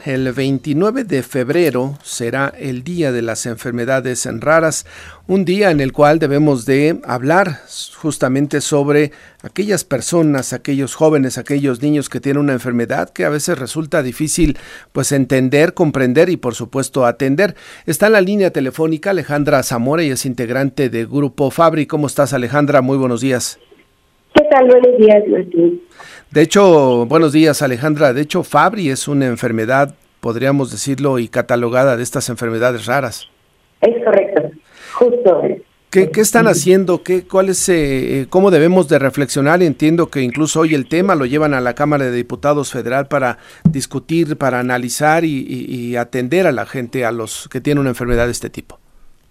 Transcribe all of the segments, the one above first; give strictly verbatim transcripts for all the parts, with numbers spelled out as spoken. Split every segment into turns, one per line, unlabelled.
el veintinueve de febrero será el Día de las Enfermedades Raras, un día en el cual debemos de hablar justamente sobre aquellas personas, aquellos jóvenes, aquellos niños que tienen una enfermedad que a veces resulta difícil pues entender, comprender y por supuesto atender. Está en la línea telefónica Alejandra Zamora y es integrante de Grupo Fabri. ¿Cómo estás, Alejandra? Muy buenos días.
¿Qué tal? Buenos días, Martín.
De hecho, buenos días, Alejandra. De hecho, Fabri es una enfermedad, podríamos decirlo, y catalogada de estas enfermedades raras.
Es correcto, justo.
¿Qué, qué están haciendo? ¿Qué, cuál es, eh, ¿Cómo debemos de reflexionar? Entiendo que incluso hoy el tema lo llevan a la Cámara de Diputados Federal para discutir, para analizar y, y, y atender a la gente, a los que tienen una enfermedad de este tipo.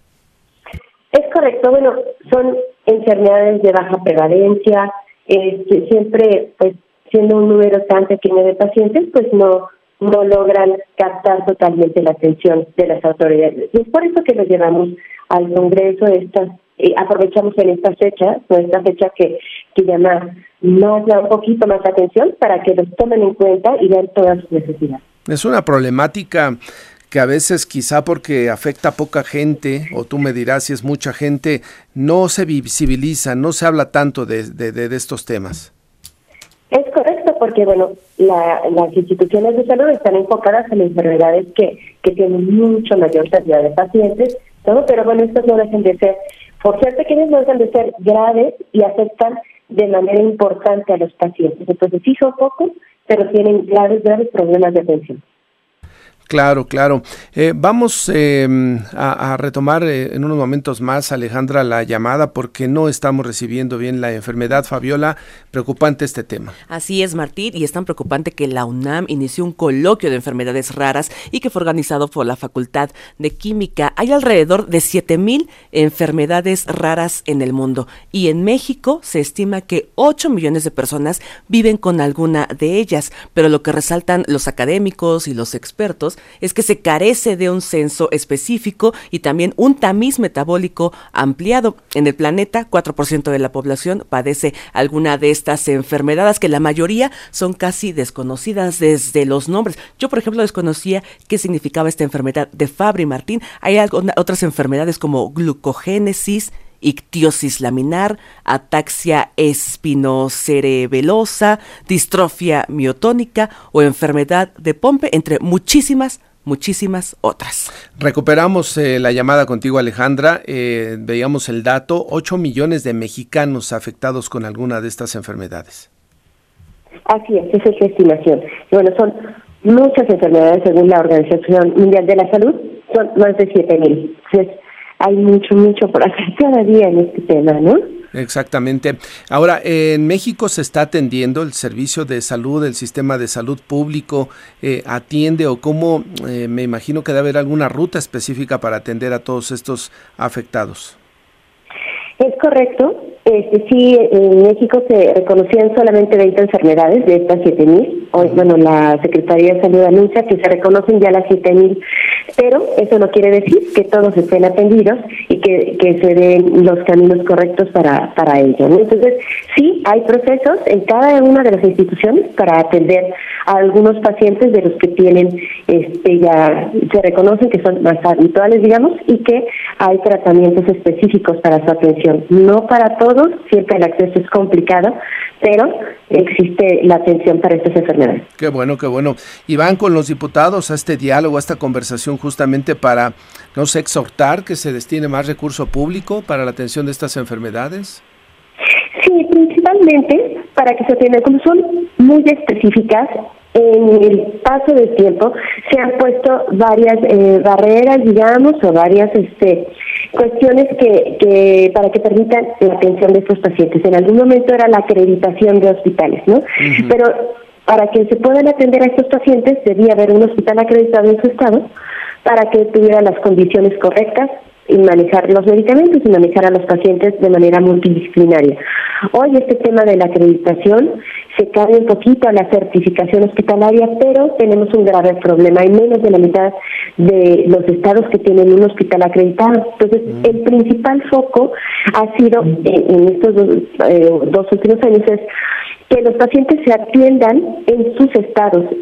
Es correcto. Bueno, son enfermedades de baja prevalencia, eh, siempre pues siendo un número tan pequeño de pacientes, pues no no logran captar totalmente la atención de las autoridades. Y es por eso que lo llevamos al Congreso, estas, eh, aprovechamos en esta fecha, pues esta fecha que, que llama más, un poquito más la atención para que los tomen en cuenta y vean todas sus necesidades.
Es una problemática que a veces quizá porque afecta a poca gente, o tú me dirás si es mucha gente, no se visibiliza, no se habla tanto de, de, de, de estos temas.
Es correcto, porque bueno, la, las instituciones de salud están enfocadas en enfermedades que, que tienen mucho mayor cantidad de pacientes, todo, pero bueno, estos no dejan de ser, por ser pequeños, no dejan de ser graves y afectan de manera importante a los pacientes. Entonces sí son pocos, pero tienen graves, graves problemas de atención.
Claro, claro. Eh, vamos eh, a, a retomar eh, en unos momentos más, Alejandra, la llamada porque no estamos recibiendo bien la enfermedad. Fabiola, preocupante este tema.
Así es, Martín, y es tan preocupante que la UNAM inició un coloquio de enfermedades raras y que fue organizado por la Facultad de Química. Hay alrededor de siete mil enfermedades raras en el mundo y en México se estima que ocho millones de personas viven con alguna de ellas, pero lo que resaltan los académicos y los expertos es que se carece de un censo específico y también un tamiz metabólico ampliado. En el planeta, cuatro por ciento de la población padece alguna de estas enfermedades, que la mayoría son casi desconocidas desde los nombres. Yo, por ejemplo, desconocía qué significaba esta enfermedad de Fabry, Martín. Hay algunas otras enfermedades como glucogénesis, ictiosis laminar, ataxia espinocerebelosa, distrofia miotónica o enfermedad de Pompe, entre muchísimas, muchísimas otras.
Recuperamos eh, la llamada contigo, Alejandra. Eh, veíamos el dato, ocho millones de mexicanos afectados con alguna de estas enfermedades.
Así es, esa es la estimación. Bueno, son muchas enfermedades según la Organización Mundial de la Salud, son más de siete mil. Entonces, hay mucho, mucho por hacer cada día en este tema, ¿no?
Exactamente. Ahora, en México se está atendiendo el servicio de salud, el sistema de salud público, eh, atiende o cómo, eh, me imagino que debe haber alguna ruta específica para atender a todos estos afectados.
Es correcto. Este, sí, en México se reconocían solamente veinte enfermedades de estas siete mil. Hoy, bueno, la Secretaría de Salud anuncia que se reconocen ya las siete mil, pero eso no quiere decir que todos estén atendidos y que, que se den los caminos correctos para, para ello, ¿no? Entonces, sí, hay procesos en cada una de las instituciones para atender a algunos pacientes de los que tienen, este, ya se reconocen que son más habituales, digamos, y que hay tratamientos específicos para su atención. No para todos, siempre el acceso es complicado, pero existe la atención para estas enfermedades.
Qué bueno, qué bueno. Y van con los diputados a este diálogo, a esta conversación justamente para, no sé, exhortar que se destine más recurso público para la atención de estas enfermedades.
Sí, principalmente para que se atiendan, como son muy específicas. En el paso del tiempo se han puesto varias eh, barreras, digamos, o varias este, cuestiones que, que para que permitan la atención de estos pacientes. En algún momento era la acreditación de hospitales, ¿no? Uh-huh. Pero para que se puedan atender a estos pacientes debía haber un hospital acreditado en su estado para que tuviera las condiciones correctas y manejar los medicamentos y manejar a los pacientes de manera multidisciplinaria. Hoy este tema de la acreditación se cae un poquito a la certificación hospitalaria, pero tenemos un grave problema. Hay menos de la mitad de los estados que tienen un hospital acreditado. Entonces, mm. el principal foco ha sido eh, en estos dos, eh, dos últimos años es que los pacientes se atiendan en sus estados.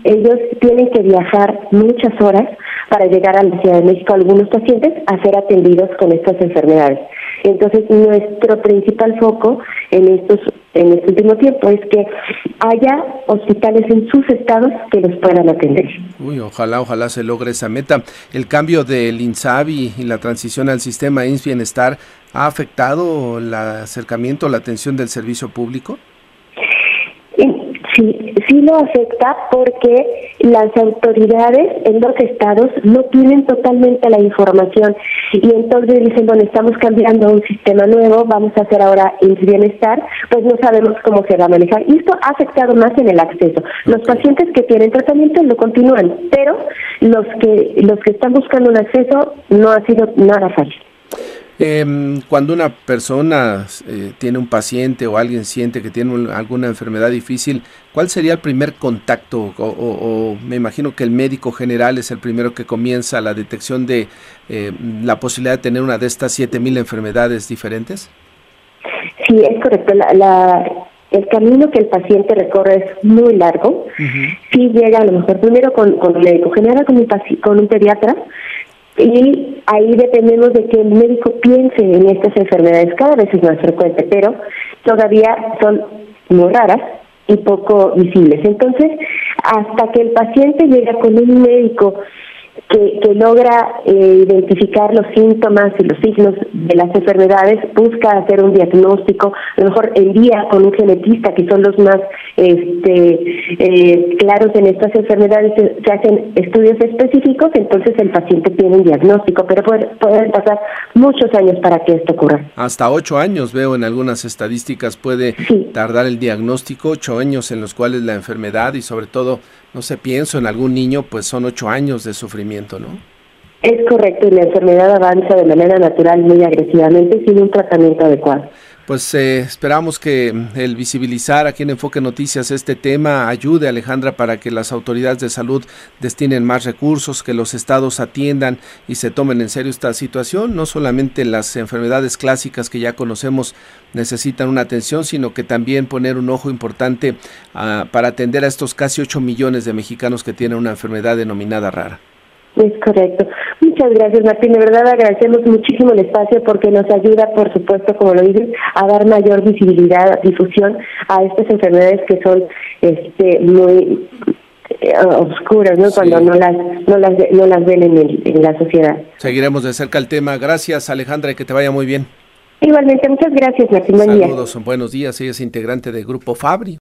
ellos tienen que viajar muchas horas para llegar a la Ciudad de México, algunos pacientes, a ser atendidos con estas enfermedades. Entonces, nuestro principal foco en estos en este último tiempo es que haya hospitales en sus estados que los puedan atender.
Uy, ojalá, ojalá se logre esa meta. ¿El cambio del INSABI y la transición al sistema I M S S Bienestar ha afectado el acercamiento, la atención del servicio público?
Sí, sí lo afecta porque las autoridades en los estados no tienen totalmente la información y entonces dicen, bueno, estamos cambiando a un sistema nuevo, vamos a hacer ahora I M S S Bienestar, pues no sabemos cómo se va a manejar. Y esto ha afectado más en el acceso. Los pacientes que tienen tratamiento lo continúan, pero los que los que están buscando un acceso no ha sido nada fácil.
Eh, cuando una persona eh, tiene un paciente o alguien siente que tiene un, alguna enfermedad difícil, ¿cuál sería el primer contacto? O, o, o me imagino que el médico general es el primero que comienza la detección de eh, la posibilidad de tener una de estas siete mil enfermedades diferentes.
Sí, es correcto. La, la, el camino que el paciente recorre es muy largo. Uh-huh. Sí llega a lo mejor primero con, con un médico general, con un, con un pediatra, y ahí dependemos de que el médico piense en estas enfermedades. Cada vez es más frecuente, pero todavía son muy raras y poco visibles. Entonces, hasta que el paciente llega con un médico que, que logra eh, identificar los síntomas y los signos de las enfermedades, busca hacer un diagnóstico, a lo mejor envía con un genetista, que son los más este eh, claros en estas enfermedades, se, se hacen estudios específicos, entonces el paciente tiene un diagnóstico, pero puede, pueden pasar muchos años para que esto ocurra.
Hasta ocho años veo en algunas estadísticas puede sí. tardar el diagnóstico, ocho años en los cuales la enfermedad y sobre todo, no sé, pienso en algún niño, pues son ocho años de sufrimiento, ¿no?
Es correcto, y la enfermedad avanza de manera natural muy agresivamente sin un tratamiento adecuado.
Pues eh, esperamos que el visibilizar aquí en Enfoque Noticias este tema ayude, Alejandra, para que las autoridades de salud destinen más recursos, que los estados atiendan y se tomen en serio esta situación. No solamente las enfermedades clásicas que ya conocemos necesitan una atención, sino que también poner un ojo importante uh, para atender a estos casi ocho millones de mexicanos que tienen una enfermedad denominada rara.
Es correcto. Muchas gracias, Martín. De verdad agradecemos muchísimo el espacio porque nos ayuda, por supuesto, como lo dices, a dar mayor visibilidad, difusión a estas enfermedades que son este muy eh, oscuras, ¿no? Sí. Cuando no las no las no las ven en, el, en la sociedad.
Seguiremos de cerca el tema. Gracias, Alejandra, y que te vaya muy bien.
Igualmente, muchas gracias, Martín. Buen día.
Saludos, buenos días. Ella es integrante del Grupo Fabri.